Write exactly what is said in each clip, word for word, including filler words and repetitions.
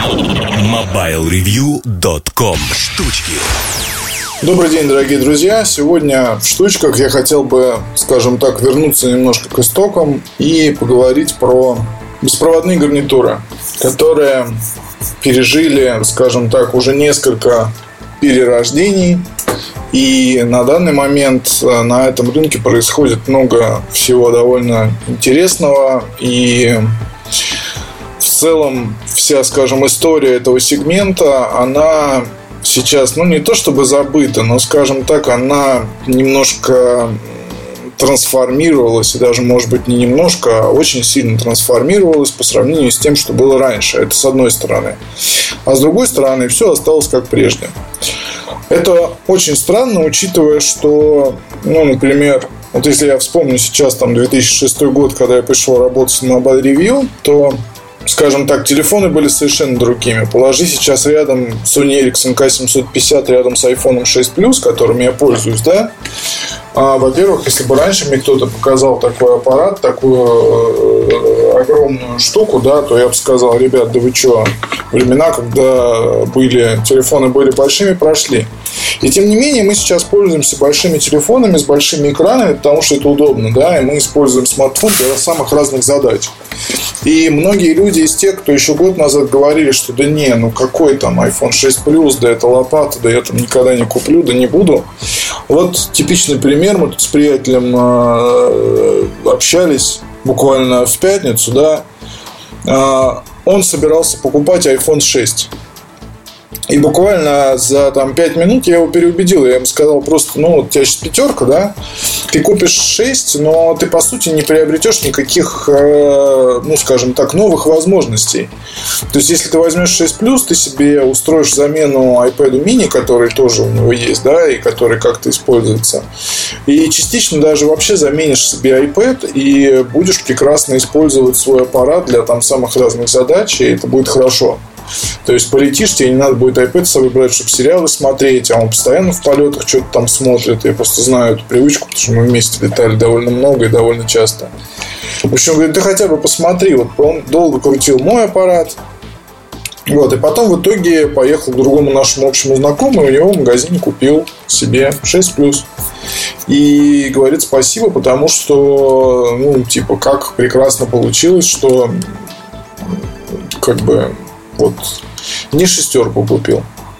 мобайл ревью точка ком. Штучки. Добрый день, дорогие друзья. Сегодня в штучках я хотел бы, скажем так, вернуться немножко к истокам и поговорить про беспроводные гарнитуры, которые пережили, скажем так, уже несколько перерождений. И на данный момент на этом рынке происходит много всего довольно интересного. И в целом вся, скажем, история этого сегмента, она сейчас, ну, не то чтобы забыта, но, скажем так, она немножко трансформировалась, и даже, может быть, не немножко, а очень сильно трансформировалась по сравнению с тем, что было раньше. Это с одной стороны. А с другой стороны, все осталось как прежде. Это очень странно, учитывая, что, ну, например, вот если я вспомню сейчас там две тысячи шестой год, когда я пришел работать на Mobile Review, то, скажем так, телефоны были совершенно другими. Положи сейчас рядом Sony Ericsson кей семьсот пятьдесят рядом с iPhone шесть плюс, которым я пользуюсь, да. А, во-первых, если бы раньше мне кто-то показал такой аппарат, такую э, огромную штуку, да, то я бы сказал: ребят, да вы что, времена, когда были, телефоны были большими, прошли. И тем не менее, мы сейчас пользуемся большими телефонами с большими экранами, потому что это удобно, да, и мы используем смартфон для самых разных задач. И многие люди из тех, кто еще год назад говорили, что да не, ну какой там iPhone шесть плюс, да это лопата, да я там никогда не куплю, да не буду. Вот типичный пример. Мы тут с приятелем общались буквально в пятницу, да. Он собирался покупать iPhone шесть. И буквально за там, пять минут я его переубедил. Я ему сказал просто: ну, вот у тебя сейчас пятерка, да? Ты купишь шесть, но ты, по сути, не приобретешь никаких, э, ну, скажем так, новых возможностей. То есть, если ты возьмешь шесть плюс, ты себе устроишь замену iPad mini, который тоже у него есть, да, и который как-то используется. И частично даже вообще заменишь себе iPad и будешь прекрасно использовать свой аппарат для там самых разных задач, и это будет хорошо. То есть полетишь, тебе не надо будет iPad с собой брать, чтобы сериалы смотреть, а он постоянно в полетах что-то там смотрит. Я просто знаю эту привычку, потому что мы вместе летали довольно много и довольно часто. В общем, говорит: ты хотя бы посмотри. Вот он долго крутил мой аппарат. Вот, и потом в итоге поехал к другому нашему общему знакомому, и у него в магазине купил себе шесть плюс. И говорит спасибо, потому что, ну, типа, как прекрасно получилось, что как бы вот не шестерку купил.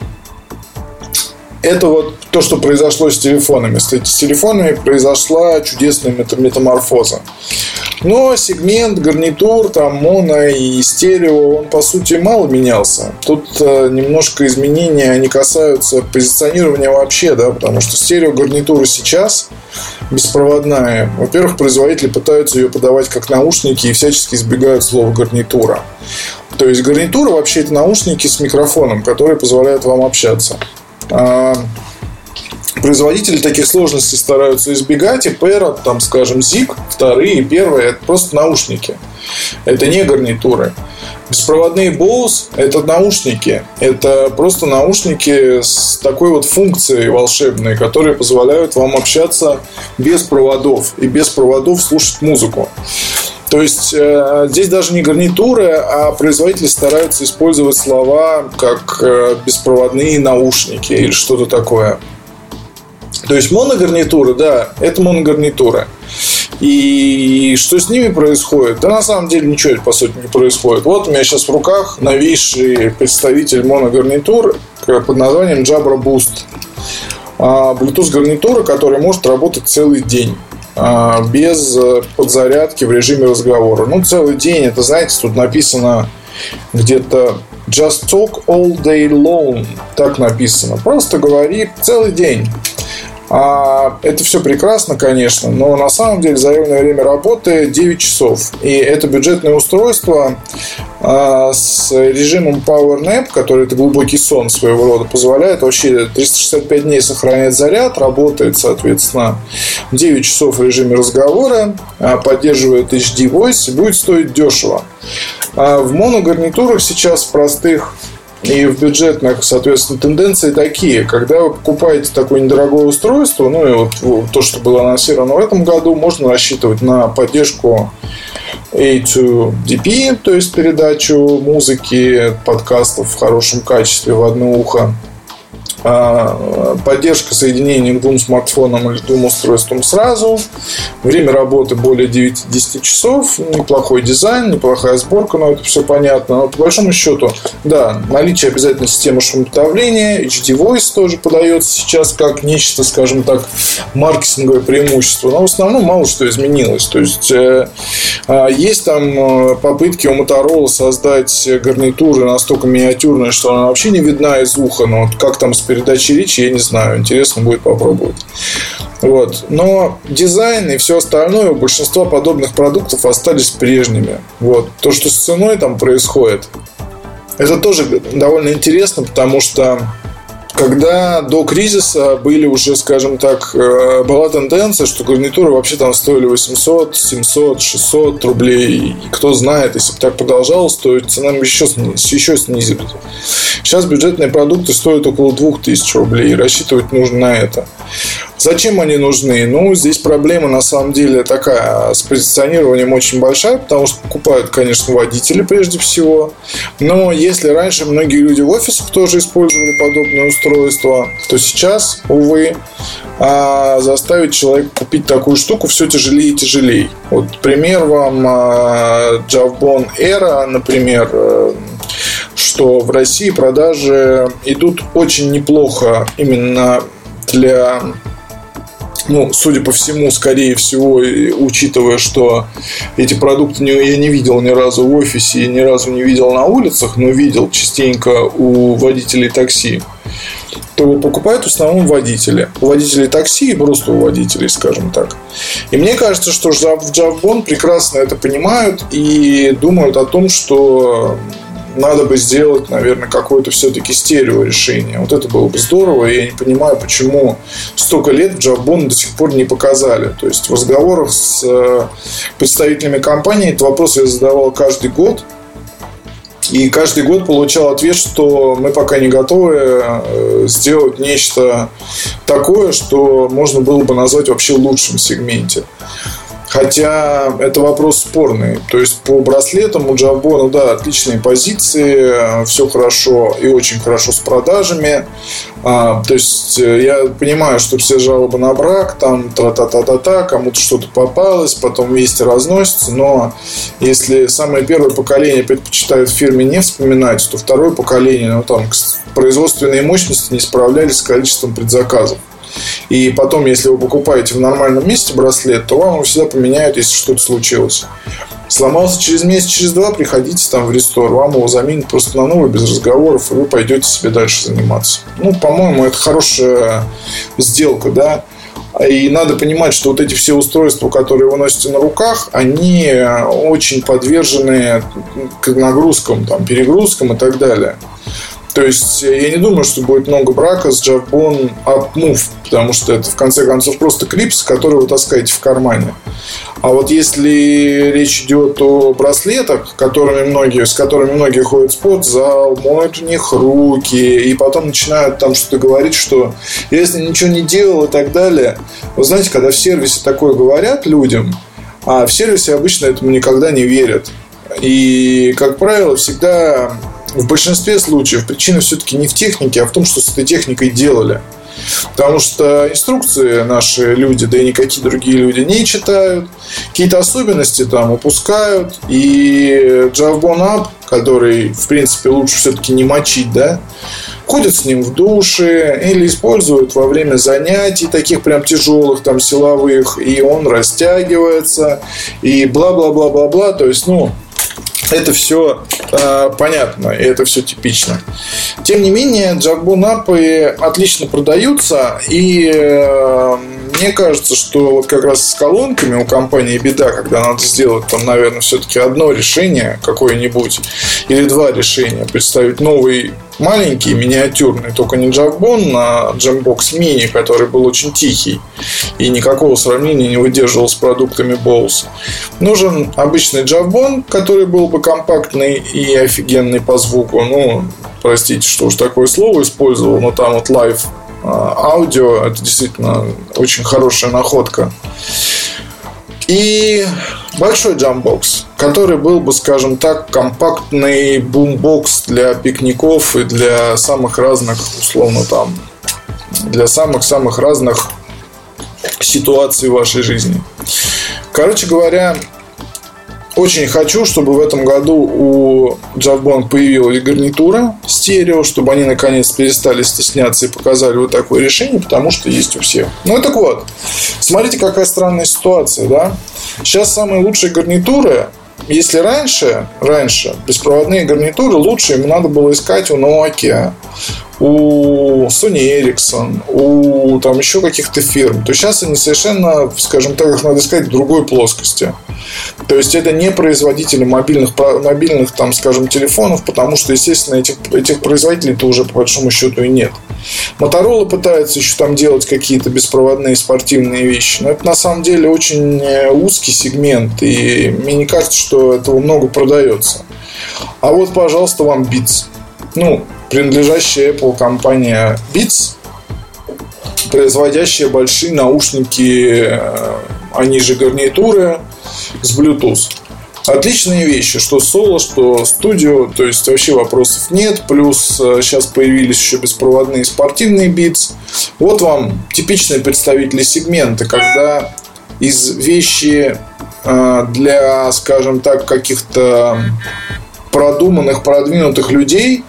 Это вот то, что произошло с телефонами. С телефонами произошла чудесная метаморфоза. Но сегмент гарнитур, там, моно и стерео, он, по сути, мало менялся. Тут э, немножко изменения, они касаются позиционирования вообще, да, потому что стереогарнитура сейчас беспроводная. Во-первых, производители пытаются ее подавать как наушники и всячески избегают слова гарнитура. То есть гарнитура вообще это наушники с микрофоном, которые позволяют вам общаться. А производители таких сложностей стараются избегать. И Parrot, там, скажем, Zig, вторые и первые — это просто наушники. Это не гарнитуры. Беспроводные Bose — это наушники. Это просто наушники с такой вот функцией волшебной, которые позволяют вам общаться без проводов и без проводов слушать музыку. То есть э, здесь даже не гарнитуры, а производители стараются использовать слова как э, беспроводные наушники или что-то такое. То есть моногарнитуры, да, это моногарнитуры. И что с ними происходит? Да на самом деле ничего по сути не происходит. Вот у меня сейчас в руках новейший представитель моногарнитур под названием Jabra Boost. Bluetooth гарнитура, которая может работать целый день без подзарядки в режиме разговора. Ну, целый день, это, знаете, тут написано где-то Just talk all day long. Так написано. Просто говори целый день. А это все прекрасно, конечно, но на самом деле заявленное время работы девять часов. И это бюджетное устройство а, с режимом Power Nap, который это глубокий сон своего рода, позволяет вообще триста шестьдесят пять дней сохранять заряд, работает, соответственно, девять часов в режиме разговора, а, поддерживает эйч ди Voice и будет стоить дешево. А в моногарнитурах сейчас простых и в бюджетных, соответственно, тенденции такие. Когда вы покупаете такое недорогое устройство, ну и вот, вот то, что было анонсировано в этом году, можно рассчитывать на поддержку эй два ди пи, то есть передачу музыки, подкастов в хорошем качестве в одно ухо, поддержка соединения к двум смартфонам или двум устройствам сразу, время работы более девяти-десяти часов, неплохой дизайн, неплохая сборка, но это все понятно. Но по большому счету, да, наличие обязательно системы шумоподавления, эйч ди Voice тоже подается сейчас как нечто, скажем так, маркетинговое преимущество, но в основном мало что изменилось. То есть э, э, есть там попытки у Motorola создать гарнитуры настолько миниатюрные, что она вообще не видна из уха, но вот как там с передачи речи, я не знаю. Интересно будет попробовать. Вот. Но дизайн и все остальное у большинства подобных продуктов остались прежними. Вот. То, что с ценой там происходит, это тоже довольно интересно, потому что когда до кризиса были уже, скажем так, была тенденция, что гарнитуры вообще там стоили восемьсот, семьсот, шестьсот рублей. И кто знает, если бы так продолжалось, то цена еще, еще снизилась. Сейчас бюджетные продукты стоят около двух тысяч рублей. И рассчитывать нужно на это. Зачем они нужны? Ну, здесь проблема на самом деле такая, с позиционированием очень большая, потому что покупают, конечно, водители прежде всего. Но если раньше многие люди в офисах тоже использовали подобные устройства, то сейчас, увы, заставить человека купить такую штуку все тяжелее и тяжелее. Вот пример вам Jawbone Era, например, что в России продажи идут очень неплохо именно для... Ну, судя по всему, скорее всего, учитывая, что эти продукты я не видел ни разу в офисе и ни разу не видел на улицах, но видел частенько у водителей такси, то покупают в основном водители. У водителей такси и просто у водителей, скажем так. И мне кажется, что в Jawbone прекрасно это понимают и думают о том, что надо бы сделать, наверное, какое-то все-таки стерео решение. Вот это было бы здорово. И я не понимаю, почему столько лет в Jawbone до сих пор не показали. То есть в разговорах с представителями компании этот вопрос я задавал каждый год. И каждый год получал ответ, что мы пока не готовы сделать нечто такое, что можно было бы назвать вообще лучшим в сегменте. Хотя это вопрос спорный. То есть по браслетам у Jawbone, да, отличные позиции, все хорошо и очень хорошо с продажами. А, то есть я понимаю, что все жалобы на брак, там тра-та-та-та-та, кому-то что-то попалось, потом вести разносится. Но если самое первое поколение предпочитают в фирме не вспоминать, то второе поколение, ну там производственные мощности не справлялись с количеством предзаказов. И потом, если вы покупаете в нормальном месте браслет, то вам его всегда поменяют, если что-то случилось. Сломался через месяц, через два, приходите там в рестор, вам его заменят просто на новый, без разговоров, и вы пойдете себе дальше заниматься. Ну, по-моему, это хорошая сделка, да. И надо понимать, что вот эти все устройства, которые вы носите на руках, они очень подвержены к нагрузкам, там, перегрузкам и так далее. То есть я не думаю, что будет много брака с Jawbone UpMove, потому что это в конце концов просто клипс, который вы таскаете в кармане. А вот если речь идет о браслетах, которыми многие, с которыми многие ходят в спортзал, моют у них руки, и потом начинают там что-то говорить, что если ничего не делал и так далее. Вы знаете, когда в сервисе такое говорят людям, а в сервисе обычно этому никогда не верят. И, как правило, всегда... В большинстве случаев причина все-таки не в технике, а в том, что с этой техникой делали. Потому что инструкции наши люди, да и никакие другие люди не читают. Какие-то особенности там упускают. И Jawbone Up, который, в принципе, лучше все-таки не мочить, да, ходят с ним в душе или используют во время занятий таких прям тяжелых, там, силовых, и он растягивается, и бла-бла-бла-бла-бла. То есть, ну... Это все э, понятно, и это все типично. Тем не менее, Jawbone Up отлично продаются. И э, мне кажется, что вот как раз с колонками у компании беда, когда надо сделать там, наверное, все-таки одно решение какое-нибудь или два решения, представить новый маленький, миниатюрный, только не Jawbone, а Jambox Mini, который был очень тихий и никакого сравнения не выдерживал с продуктами Bose. Нужен обычный Jawbone, который был бы компактный и офигенный по звуку. Ну, простите, что уж такое слово использовал, но там вот лайв аудио, это действительно очень хорошая находка. И большой джамбокс, который был бы, скажем так, компактный бумбокс для пикников и для самых разных, условно, там, для самых-самых разных ситуаций в вашей жизни. Короче говоря, очень хочу, чтобы в этом году у Jawbone появилась гарнитура стерео, чтобы они наконец перестали стесняться и показали вот такое решение, потому что есть у всех. Ну, так вот, смотрите, какая странная ситуация, да? Сейчас самые лучшие гарнитуры, если раньше, раньше беспроводные гарнитуры лучше им надо было искать у Nokia, у Sony Ericsson, у там еще каких-то фирм, то сейчас они совершенно, скажем так, их надо искать в другой плоскости. То есть это не производители мобильных, мобильных там, скажем, телефонов, потому что, естественно, этих, этих производителей-то уже по большому счету и нет. Motorola пытается еще там делать какие-то беспроводные спортивные вещи, но это на самом деле очень узкий сегмент, и мне не кажется, что этого много продается. А вот, пожалуйста, вам Beats. Ну, принадлежащая Apple компания Beats, производящая большие наушники, они же гарнитуры с Bluetooth. Отличные вещи, что соло, что Studio, то есть вообще вопросов нет. Плюс сейчас появились еще беспроводные спортивные Beats. Вот вам типичные представители сегмента, когда из вещи для, скажем так, каких-то продуманных, продвинутых людей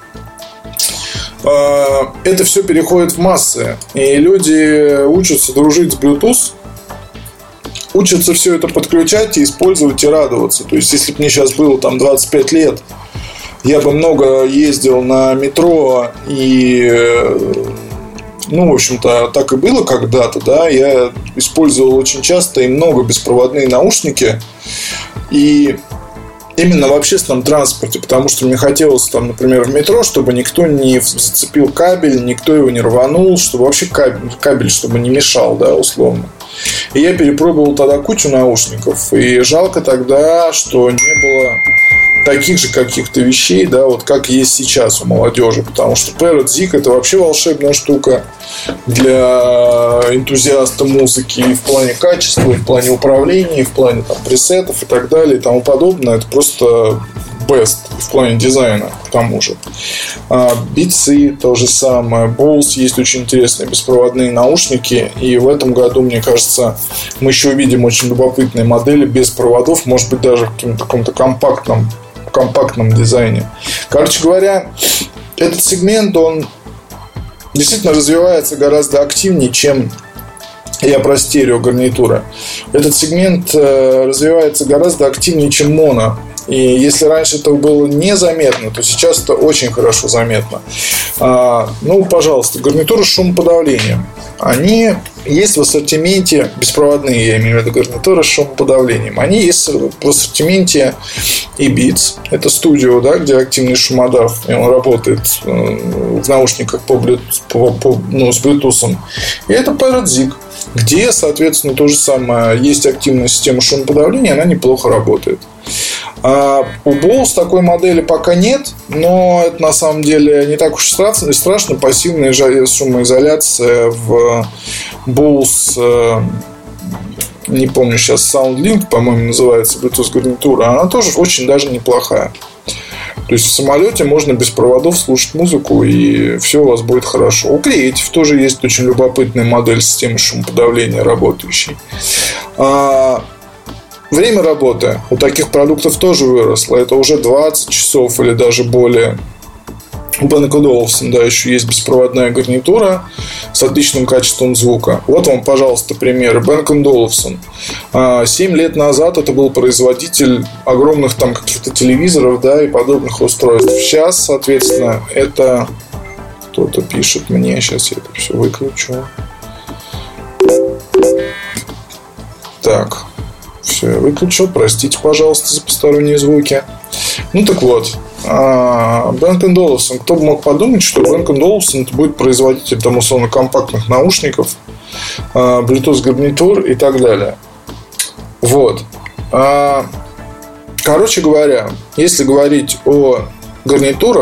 это все переходит в массы. И люди учатся дружить с Bluetooth, учатся все это подключать и использовать и радоваться. То есть, если бы мне сейчас было там двадцать пять лет, я бы много ездил на метро и, ну, в общем-то, так и было когда-то, да. Я использовал очень часто и много беспроводные наушники. И именно в общественном транспорте, потому что мне хотелось там, например, в метро, чтобы никто не зацепил кабель, никто его не рванул, чтобы вообще кабель, кабель чтобы не мешал, да, условно. И я перепробовал тогда кучу наушников, и жалко тогда, что не было таких же каких-то вещей, да, вот как есть сейчас у молодежи, потому что Parrot Zig — это вообще волшебная штука для энтузиаста музыки и в плане качества, и в плане управления, и в плане там пресетов и так далее и тому подобное. Это просто best в плане дизайна, к тому же. Beats то же самое. Bose есть очень интересные беспроводные наушники, и в этом году, мне кажется, мы еще увидим очень любопытные модели без проводов, может быть, даже в каком-то, каком-то компактном компактном дизайне. Короче говоря, этот сегмент, он действительно развивается гораздо активнее, чем я про стереогарнитуры. Этот сегмент развивается гораздо активнее, чем моно. И если раньше это было незаметно, то сейчас это очень хорошо заметно. А, ну, пожалуйста, гарнитуры с шумоподавлением. Они есть в ассортименте, беспроводные, я имею в виду гарнитуры с шумоподавлением. Они есть в ассортименте и Beats. Это Studio, да, где активный шумодав, и он работает в наушниках по Bluetooth, по, по, ну, с Bluetooth. И это Parrot Zig, где, соответственно, то же самое. Есть активная система шумоподавления, она неплохо работает. А у Bose такой модели пока нет, но это на самом деле не так уж страшно. страшно. Пассивная шумоизоляция в Bose, не помню сейчас, SoundLink, по-моему, называется, Bluetooth гарнитура, она тоже очень даже неплохая. То есть в самолете можно без проводов слушать музыку, и все у вас будет хорошо. У Creative тоже есть очень любопытная модель системы шумоподавления работающей. Время работы у таких продуктов тоже выросло. Это уже двадцать часов или даже более. У Bang энд Olufsen, да, еще есть беспроводная гарнитура с отличным качеством звука. Вот вам, пожалуйста, примеры. Bang энд Olufsen. семь лет назад это был производитель огромных там каких-то телевизоров, да, и подобных устройств. Сейчас, соответственно, это... Кто-то пишет мне. Сейчас я это все выключу. Так. Все, я выключил. Простите, пожалуйста, за посторонние звуки. Ну так вот, Bang энд Olufsen. Кто бы мог подумать, что Bang энд Olufsen это будет производитель там условно компактных наушников, Bluetooth гарнитур и так далее. Вот. Короче говоря, если говорить о гарнитурах,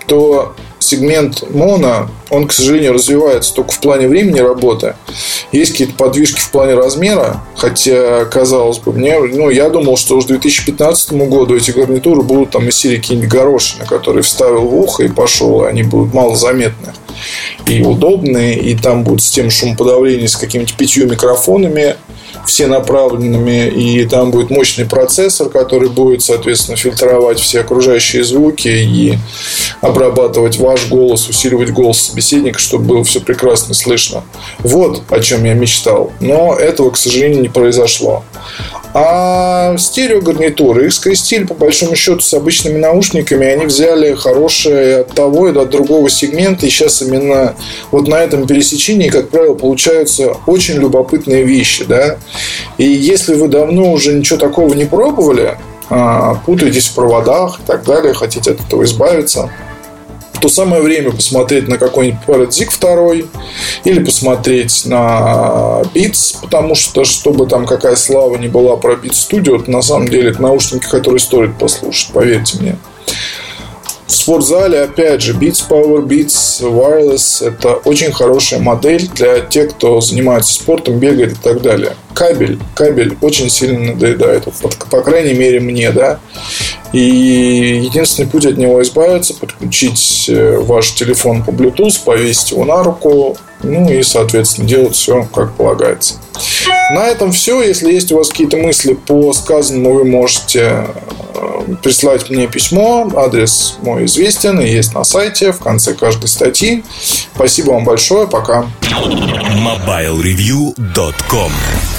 то сегмент моно, он, к сожалению, развивается только в плане времени работы. Есть какие-то подвижки в плане размера. Хотя, казалось бы, мне, ну, я думал, что уже к две тысячи пятнадцатому году эти гарнитуры будут там из серии какие-нибудь горошины, которые вставил в ухо и пошел, и они будут малозаметны и удобные. И там будет система шумоподавления с какими-то пятью микрофонами, все направленными, и там будет мощный процессор, который будет, соответственно, фильтровать все окружающие звуки и обрабатывать ваш голос, усиливать голос собеседника, чтобы было все прекрасно слышно. Вот о чем я мечтал. Но этого, к сожалению, не произошло. А стереогарнитуры их скрестили, по большому счету, с обычными наушниками. Они взяли хорошее от того и от другого сегмента. И сейчас именно вот на этом пересечении, как правило, получаются очень любопытные вещи, да? И если вы давно уже ничего такого не пробовали, путаетесь в проводах и так далее, хотите от этого избавиться, то самое время посмотреть на какой-нибудь Parrot два или посмотреть на Beats, потому что, чтобы там какая слава не была про Beats Studio, это на самом деле это наушники, которые стоит послушать, поверьте мне. В спортзале, опять же, Beats Power, Beats Wireless – это очень хорошая модель для тех, кто занимается спортом, бегает и так далее. Кабель, кабель очень сильно надоедает, по, по крайней мере мне, да. И единственный путь от него избавиться – подключить ваш телефон по Bluetooth, повесить его на руку, ну и, соответственно, делать все как полагается. На этом все. Если есть у вас какие-то мысли по сказанному, вы можете прислать мне письмо. Адрес мой известен и есть на сайте в конце каждой статьи. Спасибо вам большое. Пока. мобайл ревью точка ком